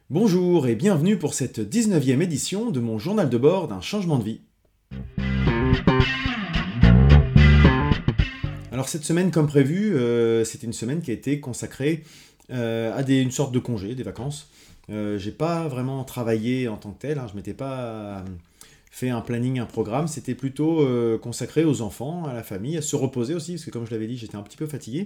Bonjour et bienvenue pour cette 19e édition de mon journal de bord d'un changement de vie. Alors cette semaine, comme prévu, c'était une semaine qui a été consacrée à une sorte de congé, des vacances. J'ai pas vraiment travaillé en tant que tel, je m'étais pas fait un planning, un programme, c'était plutôt consacré aux enfants, à la famille, à se reposer aussi, parce que comme je l'avais dit, j'étais un petit peu fatigué.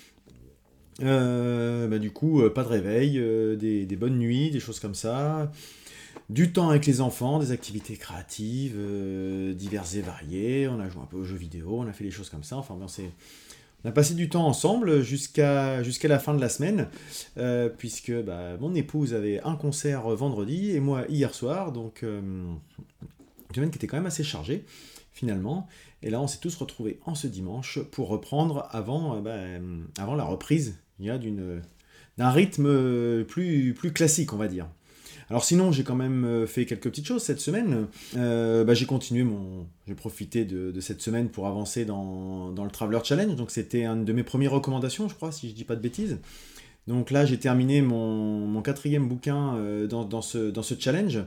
Du coup, pas de réveil, des bonnes nuits, des choses comme ça. Du temps avec les enfants, des activités créatives, diverses et variées. On a joué un peu aux jeux vidéo, on a fait des choses comme ça. Enfin, on a passé du temps ensemble jusqu'à la fin de la semaine, puisque mon épouse avait un concert vendredi et moi hier soir. Donc, une semaine qui était quand même assez chargée, finalement. Et là, on s'est tous retrouvés en ce dimanche pour reprendre avant la reprise d'un rythme plus classique, on va dire. Alors sinon, j'ai quand même fait quelques petites choses cette semaine. J'ai profité de cette semaine pour avancer dans le Traveler Challenge. Donc c'était une de mes premières recommandations, je crois, si je dis pas de bêtises. Donc là, j'ai terminé mon 4e bouquin dans ce challenge.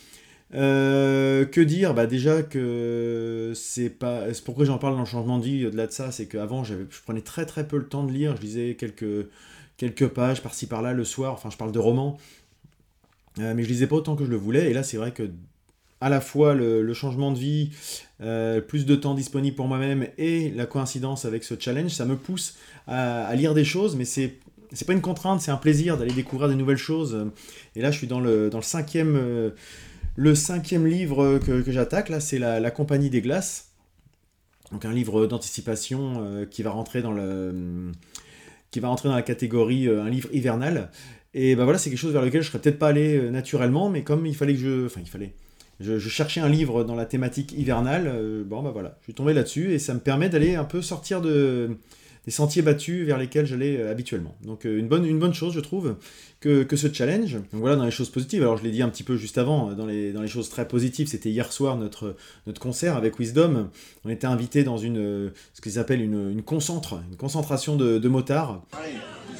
Que dire? Déjà que c'est pourquoi j'en parle dans le changement de vie. Au-delà de ça, c'est qu'avant, je prenais très très peu le temps de lire. Je lisais quelques pages par-ci par-là le soir. Enfin, je parle de romans. Mais je lisais pas autant que je le voulais. Et là, c'est vrai que à la fois le changement de vie, plus de temps disponible pour moi-même et la coïncidence avec ce challenge, ça me pousse à lire des choses, mais c'est pas une contrainte, c'est un plaisir d'aller découvrir des nouvelles choses. Et là, je suis dans le 5e livre que j'attaque. Là, c'est la Compagnie des Glaces. Donc un livre d'anticipation qui va rentrer dans la catégorie un livre hivernal. Et voilà, c'est quelque chose vers lequel je serais peut-être pas allé naturellement, mais comme il fallait je cherchais un livre dans la thématique hivernale, voilà, je suis tombé là-dessus et ça me permet d'aller un peu sortir des sentiers battus vers lesquels j'allais habituellement. Donc une bonne chose, je trouve, que ce challenge. Donc voilà, dans les choses positives, alors je l'ai dit un petit peu juste avant, dans les choses très positives, c'était hier soir notre concert avec Wisdom. On était invités dans ce qu'ils appellent une concentration de motards. Allez.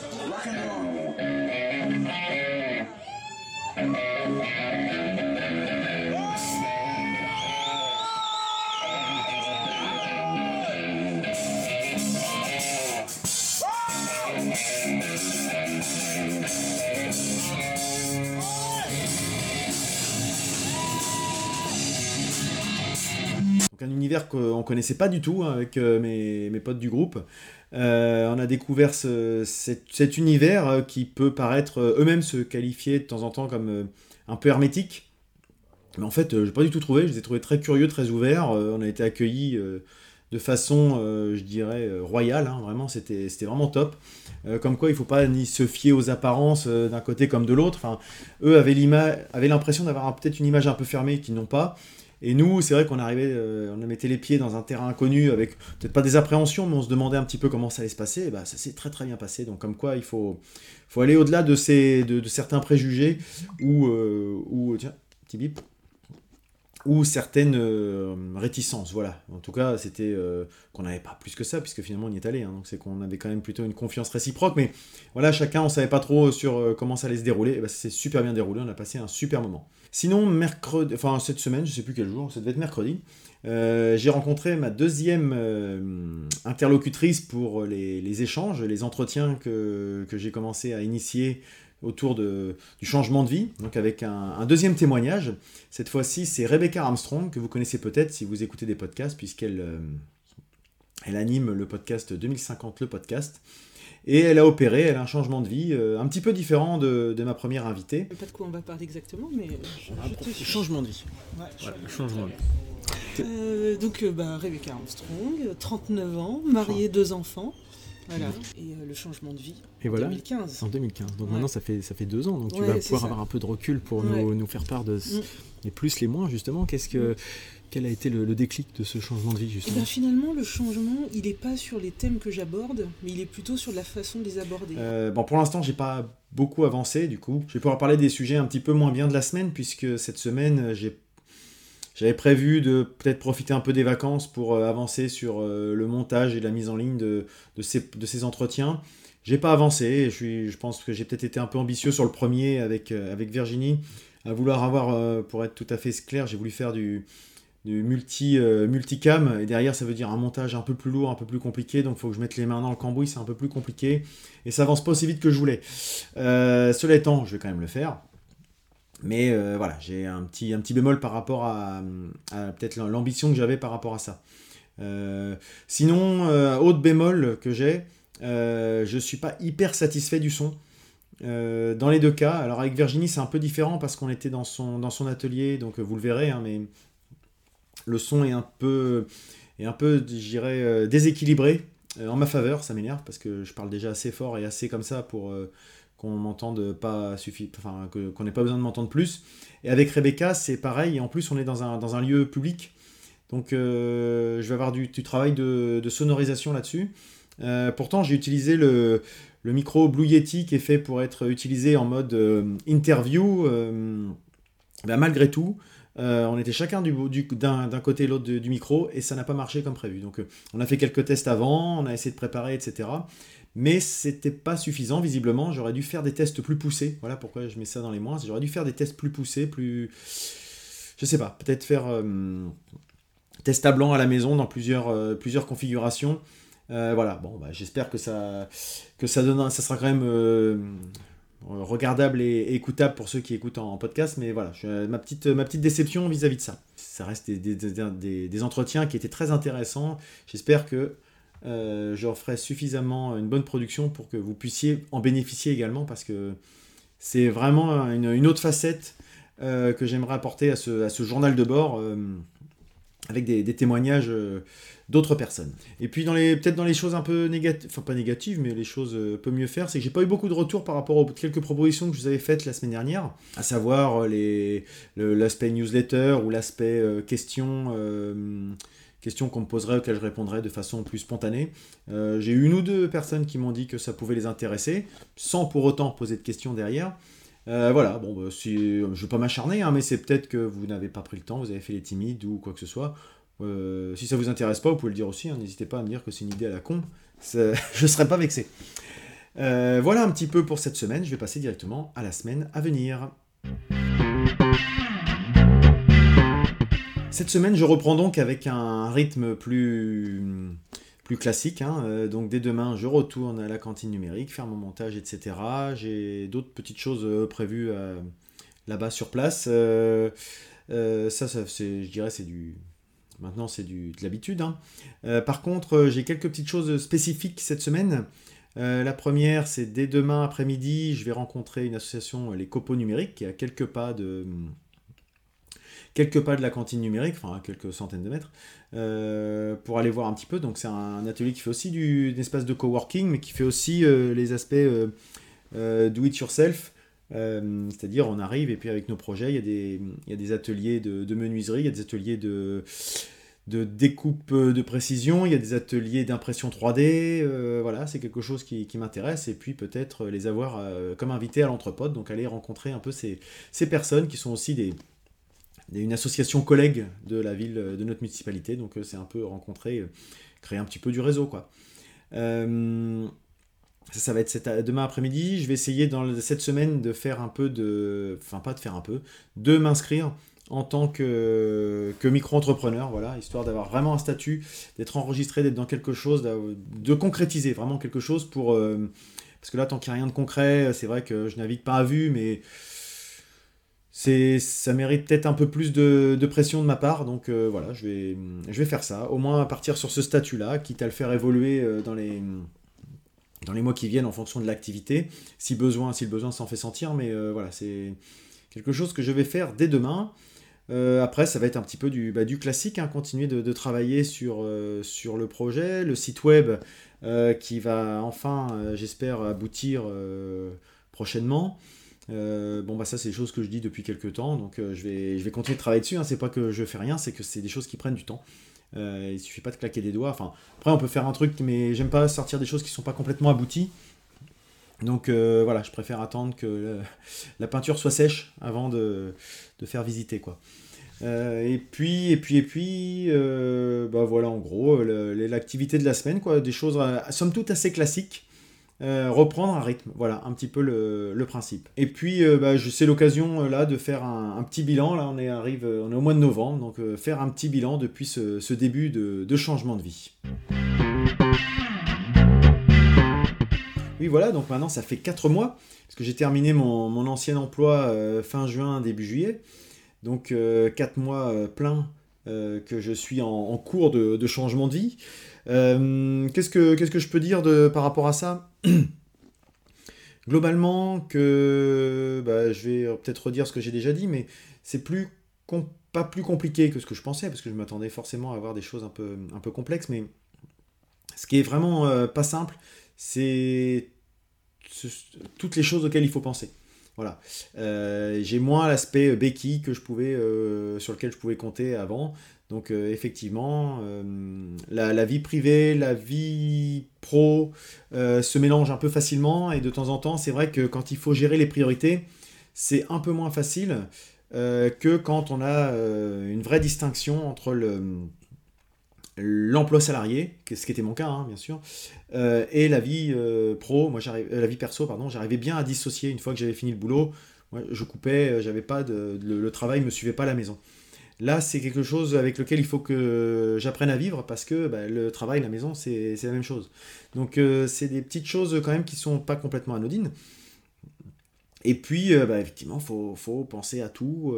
Donc un univers qu'on connaissait pas du tout avec mes potes du groupe. On a découvert cet univers qui peut paraître eux-mêmes se qualifier de temps en temps comme un peu hermétique. Mais en fait, j'ai pas du tout trouvé. Je les ai trouvés très curieux, très ouverts. On a été accueillis de façon, je dirais, royale. Vraiment, c'était vraiment top. Comme quoi, il faut pas ni se fier aux apparences d'un côté comme de l'autre. Enfin, eux avaient l'impression d'avoir peut-être une image un peu fermée qu'ils n'ont pas. Et nous, c'est vrai qu'on arrivait, on mettait les pieds dans un terrain inconnu avec peut-être pas des appréhensions, mais on se demandait un petit peu comment ça allait se passer. Et ça s'est très très bien passé. Donc comme quoi, il faut aller au-delà de certains préjugés ou tiens, petit bip, ou certaines réticences, voilà. En tout cas, c'était qu'on n'avait pas plus que ça, puisque finalement on y est allé, donc c'est qu'on avait quand même plutôt une confiance réciproque, mais voilà, chacun, on savait pas trop sur comment ça allait se dérouler, et ça s'est super bien déroulé, on a passé un super moment. Sinon, cette semaine, je sais plus quel jour, ça devait être mercredi, j'ai rencontré ma 2e interlocutrice pour les échanges, les entretiens que j'ai commencé à initier autour du changement de vie, donc avec un 2e témoignage. Cette fois-ci, c'est Rebecca Armstrong, que vous connaissez peut-être si vous écoutez des podcasts, puisqu'elle anime le podcast 2050, le podcast. Et elle a un changement de vie un petit peu différent de ma première invitée. Pas de quoi on va parler exactement, mais changement de vie. Ouais, changement de vie. Donc Rebecca Armstrong, 39 ans, mariée, 2 enfants. Voilà, et le changement de vie en 2015. En 2015, donc maintenant ça fait 2 ans, donc tu vas pouvoir avoir un peu de recul pour nous faire part de les plus, les moins justement. Quel a été le déclic de ce changement de vie justement? Finalement, le changement, il n'est pas sur les thèmes que j'aborde, mais il est plutôt sur la façon de les aborder. Pour l'instant, j'ai pas beaucoup avancé du coup. Je vais pouvoir parler des sujets un petit peu moins bien de la semaine, puisque cette semaine, j'avais prévu de peut-être profiter un peu des vacances pour avancer sur le montage et la mise en ligne de ces entretiens. j'ai pas avancé. Je pense que j'ai peut-être été un peu ambitieux sur le premier avec Virginie, à vouloir avoir, pour être tout à fait clair, j'ai voulu faire du multicam, et derrière ça veut dire un montage un peu plus lourd, un peu plus compliqué, donc il faut que je mette les mains dans le cambouis, c'est un peu plus compliqué, et ça avance pas aussi vite que je voulais. Cela étant, je vais quand même le faire. Mais voilà, j'ai un petit bémol par rapport à peut-être l'ambition que j'avais par rapport à ça. Sinon, autre bémol que j'ai, je suis pas hyper satisfait du son. Dans les deux cas, alors avec Virginie c'est un peu différent parce qu'on était dans son atelier, donc vous le verrez, hein, mais le son est un peu, je dirais, déséquilibré en ma faveur. Ça m'énerve parce que je parle déjà assez fort et assez comme ça pour qu'on m'entende pas enfin qu'on n'ait pas besoin de m'entendre plus. Et avec Rebecca, c'est pareil. Et en plus, on est dans un lieu public, donc je vais avoir du travail de sonorisation là-dessus. Pourtant, j'ai utilisé le micro Blue Yeti qui est fait pour être utilisé en mode interview. Malgré tout, on était chacun d'un côté et l'autre du micro et ça n'a pas marché comme prévu. Donc on a fait quelques tests avant, on a essayé de préparer, etc. Mais c'était pas suffisant visiblement. J'aurais dû faire des tests plus poussés. Voilà pourquoi je mets ça dans les moins. J'aurais dû faire des tests plus poussés, je sais pas, peut-être faire test à blanc à la maison dans plusieurs configurations. Voilà, bon, j'espère que ça ça sera quand même regardable et écoutable pour ceux qui écoutent en podcast, mais voilà, ma petite déception vis-à-vis de ça. Ça reste des entretiens qui étaient très intéressants. J'espère que je ferai suffisamment une bonne production pour que vous puissiez en bénéficier également, parce que c'est vraiment une autre facette que j'aimerais apporter à ce journal de bord, avec des témoignages d'autres personnes. Et puis peut-être dans les choses un peu négatives, enfin pas négatives, mais les choses peut mieux faire, c'est que j'ai pas eu beaucoup de retours par rapport aux quelques propositions que je vous avais faites la semaine dernière, à savoir l'aspect newsletter ou l'aspect questions qu'on me poserait, auxquelles je répondrais de façon plus spontanée. J'ai eu une ou deux personnes qui m'ont dit que ça pouvait les intéresser, sans pour autant poser de questions derrière. Voilà, bon, je ne vais pas m'acharner, hein, mais c'est peut-être que vous n'avez pas pris le temps, vous avez fait les timides ou quoi que ce soit. Si ça vous intéresse pas, vous pouvez le dire aussi, hein, n'hésitez pas à me dire que c'est une idée à la con, je ne serai pas vexé. Voilà un petit peu pour cette semaine, je vais passer directement à la semaine à venir. Cette semaine, je reprends donc avec un rythme plus classique, hein. Donc dès demain, je retourne à la cantine numérique, faire mon montage, etc. J'ai d'autres petites choses prévues là-bas sur place. Ça je dirais, maintenant c'est de l'habitude, hein. Par contre, j'ai quelques petites choses spécifiques cette semaine. La première, c'est dès demain après-midi, je vais rencontrer une association, les Copeaux Numériques, qui est à quelques pas de la cantine numérique, enfin à quelques centaines de mètres, pour aller voir un petit peu. Donc c'est un atelier qui fait aussi un espace de coworking, mais qui fait aussi les aspects do it yourself. C'est-à-dire on arrive et puis avec nos projets, il y a des ateliers de menuiserie, il y a des ateliers de découpe de précision, il y a des ateliers d'impression 3D, voilà, c'est quelque chose qui m'intéresse, et puis peut-être les avoir comme invités à l'entrepôt, donc aller rencontrer un peu ces personnes qui sont aussi une association collègue de la ville, de notre municipalité, donc c'est un peu rencontrer, créer un petit peu du réseau, quoi. Ça va être demain après-midi. Je vais essayer cette semaine de faire un peu de m'inscrire en tant que micro-entrepreneur, voilà, histoire d'avoir vraiment un statut, d'être enregistré, d'être dans quelque chose, de concrétiser vraiment quelque chose parce que là, tant qu'il n'y a rien de concret, c'est vrai que je navigue pas à vue, mais ça mérite peut-être un peu plus de pression de ma part, donc voilà, je vais faire ça, au moins partir sur ce statut-là, quitte à le faire évoluer dans les mois qui viennent en fonction de l'activité, si le besoin s'en fait sentir, mais voilà, c'est quelque chose que je vais faire dès demain. Après, ça va être un petit peu du classique, hein, continuer de travailler sur le projet, le site web qui va enfin, j'espère, aboutir prochainement. Ça c'est des choses que je dis depuis quelques temps, donc je vais continuer de travailler dessus, hein. C'est pas que je fais rien, c'est que c'est des choses qui prennent du temps. Il suffit pas de claquer des doigts. Enfin, après on peut faire un truc, mais j'aime pas sortir des choses qui sont pas complètement abouties. Donc voilà, je préfère attendre que la peinture soit sèche avant de faire visiter, quoi. Et puis, voilà, en gros, l'activité de la semaine, quoi, des choses somme toute assez classiques. reprendre un rythme. Voilà, un petit peu le principe. Et puis, c'est l'occasion là de faire un petit bilan. Là, on est au mois de novembre, donc faire un petit bilan depuis ce début de changement de vie. Oui, voilà, donc maintenant ça fait 4 mois, parce que j'ai terminé mon ancien emploi fin juin, début juillet. Donc 4 mois pleins que je suis en cours de changement de vie. Qu'est-ce que je peux dire par rapport à ça? Globalement, je vais peut-être redire ce que j'ai déjà dit, mais c'est pas plus compliqué que ce que je pensais, parce que je m'attendais forcément à avoir des choses un peu complexes, mais ce qui est vraiment pas simple, c'est ce- toutes les choses auxquelles il faut penser. Voilà. J'ai moins l'aspect béquille sur lequel je pouvais compter avant. Donc effectivement, la vie privée, la vie pro se mélangent un peu facilement et de temps en temps, c'est vrai que quand il faut gérer les priorités, c'est un peu moins facile que quand on a une vraie distinction entre l'emploi salarié, ce qui était mon cas, hein, bien sûr, et la vie la vie perso, pardon, j'arrivais bien à dissocier une fois que j'avais fini le boulot. Moi, je coupais, j'avais pas le travail me suivait pas à la maison. Là, c'est quelque chose avec lequel il faut que j'apprenne à vivre parce que le travail, la maison, c'est la même chose. Donc, c'est des petites choses quand même qui sont pas complètement anodines. Et puis, effectivement, faut penser à tout.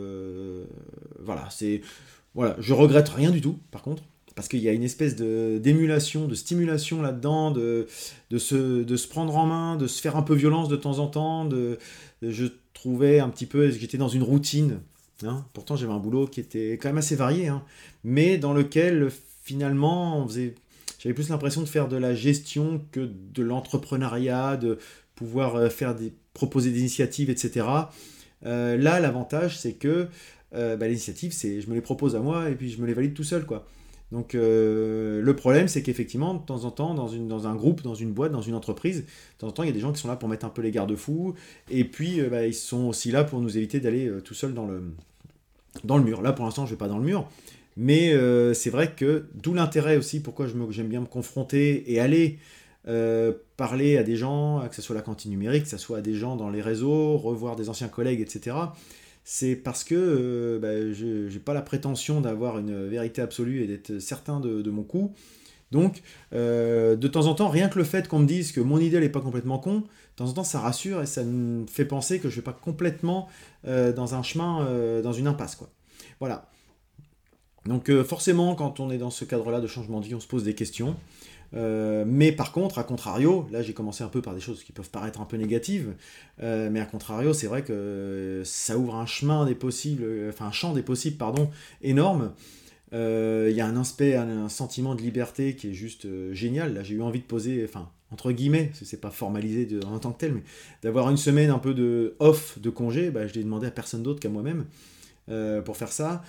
Voilà, je regrette rien du tout, par contre, parce qu'il y a une espèce d'émulation, de stimulation là-dedans, de se prendre en main, de se faire un peu violence de temps en temps. Je trouvais un petit peu, j'étais dans une routine. Hein. Pourtant, j'avais un boulot qui était quand même assez varié, hein, mais dans lequel finalement, j'avais plus l'impression de faire de la gestion que de l'entrepreneuriat, de pouvoir proposer des initiatives, etc. Là, l'avantage, c'est que l'initiative, je me les propose à moi et puis je me les valide tout seul, quoi. Donc le problème, c'est qu'effectivement, de temps en temps, dans un groupe, dans une boîte, dans une entreprise, de temps en temps, il y a des gens qui sont là pour mettre un peu les garde-fous, et puis ils sont aussi là pour nous éviter d'aller tout seul dans le mur. Là, pour l'instant, je ne vais pas dans le mur, mais c'est vrai que d'où l'intérêt aussi, pourquoi j'aime bien me confronter et aller parler à des gens, que ce soit la cantine numérique, que ce soit à des gens dans les réseaux, revoir des anciens collègues, etc. C'est parce que je n'ai pas la prétention d'avoir une vérité absolue et d'être certain de mon coup. Donc, de temps en temps, rien que le fait qu'on me dise que mon idée n'est pas complètement con, de temps en temps, ça rassure et ça me fait penser que je ne vais pas complètement dans un chemin, dans une impasse, quoi. Voilà. Donc, forcément, quand on est dans ce cadre-là de changement de vie, on se pose des questions. Mais par contre, à contrario, là j'ai commencé un peu par des choses qui peuvent paraître un peu négatives, mais à contrario, c'est vrai que ça ouvre un chemin des possibles, enfin un champ des possibles, pardon, énorme. Il y a un sentiment de liberté qui est juste génial. Là, j'ai eu envie de poser, enfin, entre guillemets, parce que c'est pas formalisé en tant que tel, mais d'avoir une semaine un peu de off, de congé, je l'ai demandé à personne d'autre qu'à moi-même pour faire ça.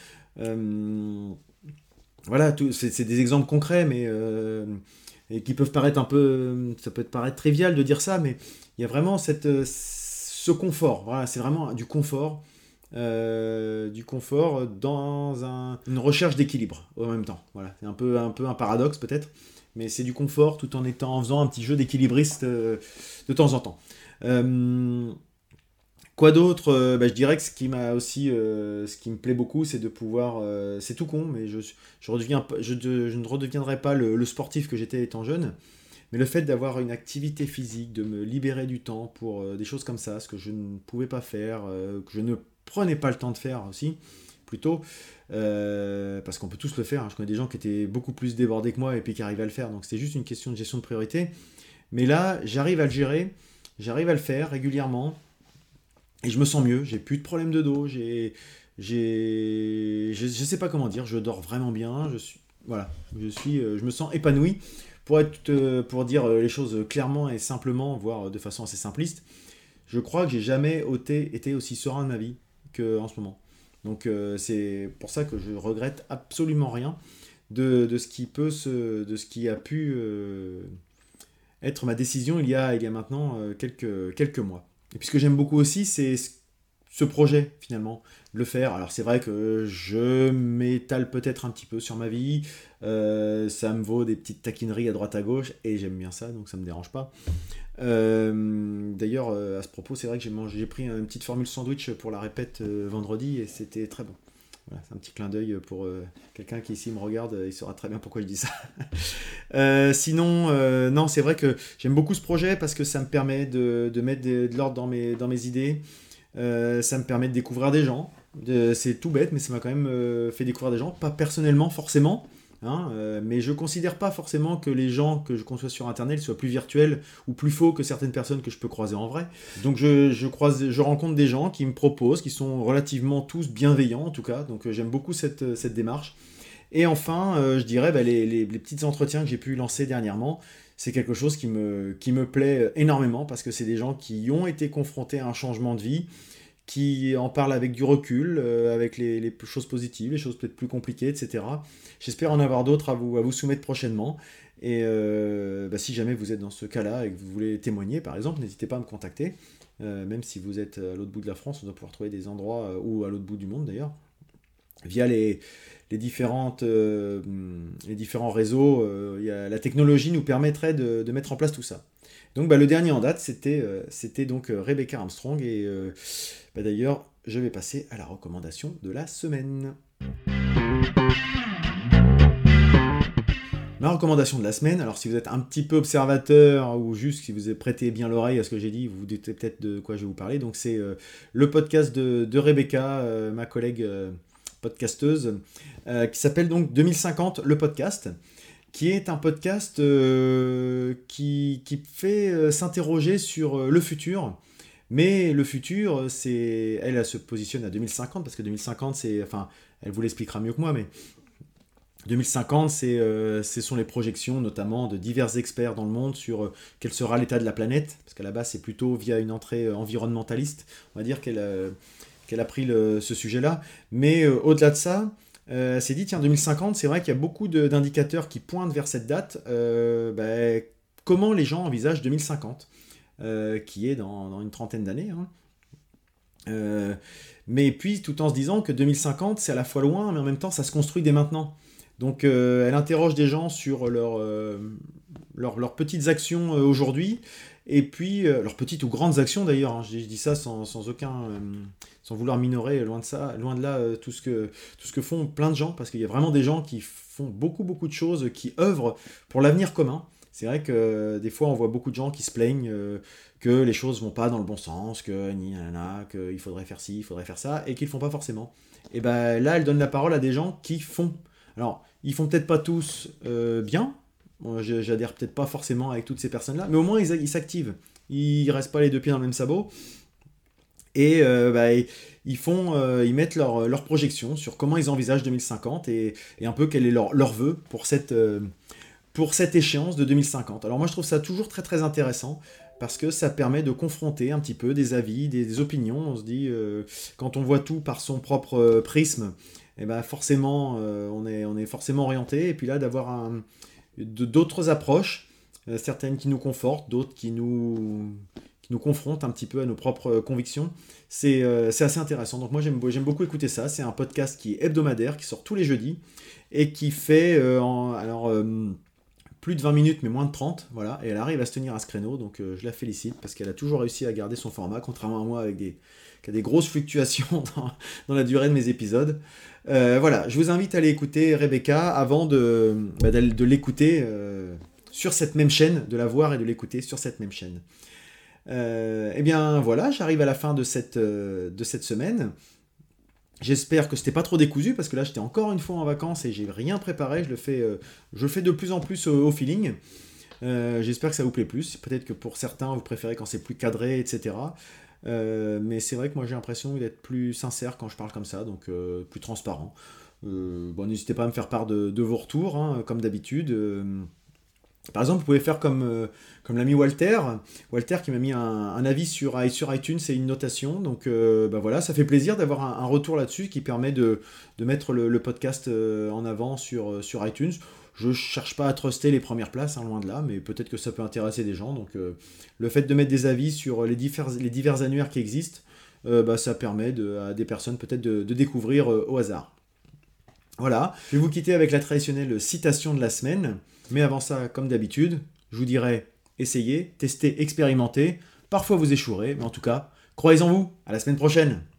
Voilà, c'est des exemples concrets, mais et qui peuvent paraître ça peut paraître trivial de dire ça, mais il y a vraiment ce confort. Voilà, c'est vraiment du confort dans une recherche d'équilibre en même temps. Voilà, c'est un peu un paradoxe peut-être, mais c'est du confort tout en faisant un petit jeu d'équilibriste de temps en temps. Quoi d'autre? Je dirais que ce qui me plaît beaucoup, c'est de pouvoir, c'est tout con, mais je ne redeviendrai pas le sportif que j'étais étant jeune, mais le fait d'avoir une activité physique, de me libérer du temps pour des choses comme ça, ce que je ne pouvais pas faire, que je ne prenais pas le temps de faire aussi, plutôt, parce qu'on peut tous le faire. Hein. Je connais des gens qui étaient beaucoup plus débordés que moi et puis qui arrivaient à le faire, donc c'était juste une question de gestion de priorité. Mais là, j'arrive à le gérer, j'arrive à le faire régulièrement. Et je me sens mieux, j'ai plus de problème de dos, je sais pas comment dire, je dors vraiment bien, voilà, je me sens épanoui. Pour dire les choses clairement et simplement, voire de façon assez simpliste, je crois que j'ai jamais été aussi serein de ma vie qu'en ce moment. Donc c'est pour ça que je regrette absolument rien de ce qui a pu être ma décision il y a maintenant quelques mois. Et puis ce que j'aime beaucoup aussi, c'est ce projet finalement, de le faire. Alors c'est vrai que je m'étale peut-être un petit peu sur ma vie, ça me vaut des petites taquineries à droite à gauche, et j'aime bien ça, donc ça me dérange pas. D'ailleurs, à ce propos, c'est vrai que j'ai pris une petite formule sandwich pour la répète vendredi, et c'était très bon. Voilà, c'est un petit clin d'œil pour quelqu'un qui ici me regarde, il saura très bien pourquoi je dis ça. Sinon, non, c'est vrai que j'aime beaucoup ce projet parce que ça me permet de mettre de l'ordre dans mes idées. Ça me permet de découvrir des gens. C'est tout bête, mais ça m'a quand même fait découvrir des gens. Pas personnellement, forcément. Hein, mais je considère pas forcément que les gens que je conçois sur internet soient plus virtuels ou plus faux que certaines personnes que je peux croiser en vrai. Donc je rencontre des gens qui me proposent, qui sont relativement tous bienveillants en tout cas, donc j'aime beaucoup cette démarche. Et enfin, je dirais les petits entretiens que j'ai pu lancer dernièrement, c'est quelque chose qui me plaît énormément parce que c'est des gens qui ont été confrontés à un changement de vie, qui en parle avec du recul, avec les choses positives, les choses peut-être plus compliquées, etc. J'espère en avoir d'autres à vous soumettre prochainement. Et si jamais vous êtes dans ce cas-là et que vous voulez témoigner, par exemple, n'hésitez pas à me contacter. Même si vous êtes à l'autre bout de la France, on doit pouvoir trouver des endroits, ou à l'autre bout du monde d'ailleurs, via les différents réseaux. La technologie nous permettrait de mettre en place tout ça. Donc le dernier en date, c'était donc Rebecca Armstrong, et d'ailleurs, je vais passer à la recommandation de la semaine. Ma recommandation de la semaine, alors si vous êtes un petit peu observateur ou juste si vous avez prêté bien l'oreille à ce que j'ai dit, vous vous doutez peut-être de quoi je vais vous parler. Donc c'est le podcast de Rebecca, ma collègue podcasteuse, qui s'appelle donc 2050, le podcast, qui est un podcast qui fait s'interroger sur le futur. Mais le futur, elle se positionne à 2050, parce que 2050, elle vous l'expliquera mieux que moi, mais 2050, ce sont les projections, notamment de divers experts dans le monde, sur quel sera l'état de la planète, parce qu'à la base, c'est plutôt via une entrée environnementaliste, on va dire, qu'elle a pris ce sujet-là. Mais au-delà de ça, elle s'est dit, tiens, 2050, c'est vrai qu'il y a beaucoup d'indicateurs qui pointent vers cette date. Comment les gens envisagent 2050 qui est dans une trentaine d'années. Hein. Mais puis, tout en se disant que 2050, c'est à la fois loin, mais en même temps, ça se construit dès maintenant. Donc, elle interroge des gens sur leurs petites actions aujourd'hui, et puis, leurs petites ou grandes actions d'ailleurs. Hein. Je dis ça sans vouloir minorer, loin de là, tout ce que font plein de gens, parce qu'il y a vraiment des gens qui font beaucoup, beaucoup de choses, qui œuvrent pour l'avenir commun. C'est vrai que des fois, on voit beaucoup de gens qui se plaignent que les choses vont pas dans le bon sens, qu'il faudrait faire ci, il faudrait faire ça, et qu'ils le font pas forcément. Et là, elle donne la parole à des gens qui font. Alors, ils font peut-être pas tous bien. Moi, j'adhère peut-être pas forcément avec toutes ces personnes-là, mais au moins ils s'activent. Ils restent pas les deux pieds dans le même sabot. Et ils mettent leur projection sur comment ils envisagent 2050 et un peu quel est leur vœu pour cette échéance de 2050. Alors moi je trouve ça toujours très très intéressant parce que ça permet de confronter un petit peu des avis, des opinions. On se dit, quand on voit tout par son propre prisme, et forcément on est forcément orienté, et puis là d'avoir d'autres approches, certaines qui nous confortent, d'autres qui nous confrontent un petit peu à nos propres convictions, c'est assez intéressant. Donc moi j'aime beaucoup écouter ça. C'est un podcast qui est hebdomadaire, qui sort tous les jeudis, et qui fait plus de 20 minutes, mais moins de 30, voilà, et elle arrive à se tenir à ce créneau, donc je la félicite, parce qu'elle a toujours réussi à garder son format, contrairement à moi, qui a des grosses fluctuations dans la durée de mes épisodes. Voilà, je vous invite à aller écouter Rebecca avant de l'écouter sur cette même chaîne, de la voir et de l'écouter sur cette même chaîne. Eh bien voilà, j'arrive à la fin de cette semaine. J'espère que c'était pas trop décousu, parce que là j'étais encore une fois en vacances et j'ai rien préparé, je le fais de plus en plus au feeling. J'espère que ça vous plaît plus, peut-être que pour certains vous préférez quand c'est plus cadré, etc. Mais c'est vrai que moi j'ai l'impression d'être plus sincère quand je parle comme ça, donc plus transparent. N'hésitez pas à me faire part de vos retours, hein, comme d'habitude. Par exemple, vous pouvez faire comme l'ami Walter qui m'a mis un avis sur iTunes et une notation. Donc voilà, ça fait plaisir d'avoir un retour là-dessus qui permet de mettre le podcast en avant sur iTunes. Je ne cherche pas à truster les premières places, hein, loin de là, mais peut-être que ça peut intéresser des gens. Donc le fait de mettre des avis sur les divers annuaires qui existent, ça permet à des personnes peut-être de découvrir au hasard. Voilà, je vais vous quitter avec la traditionnelle citation de la semaine, mais avant ça, comme d'habitude, je vous dirai essayez, testez, expérimentez, parfois vous échouerez, mais en tout cas, croyez en vous, à la semaine prochaine.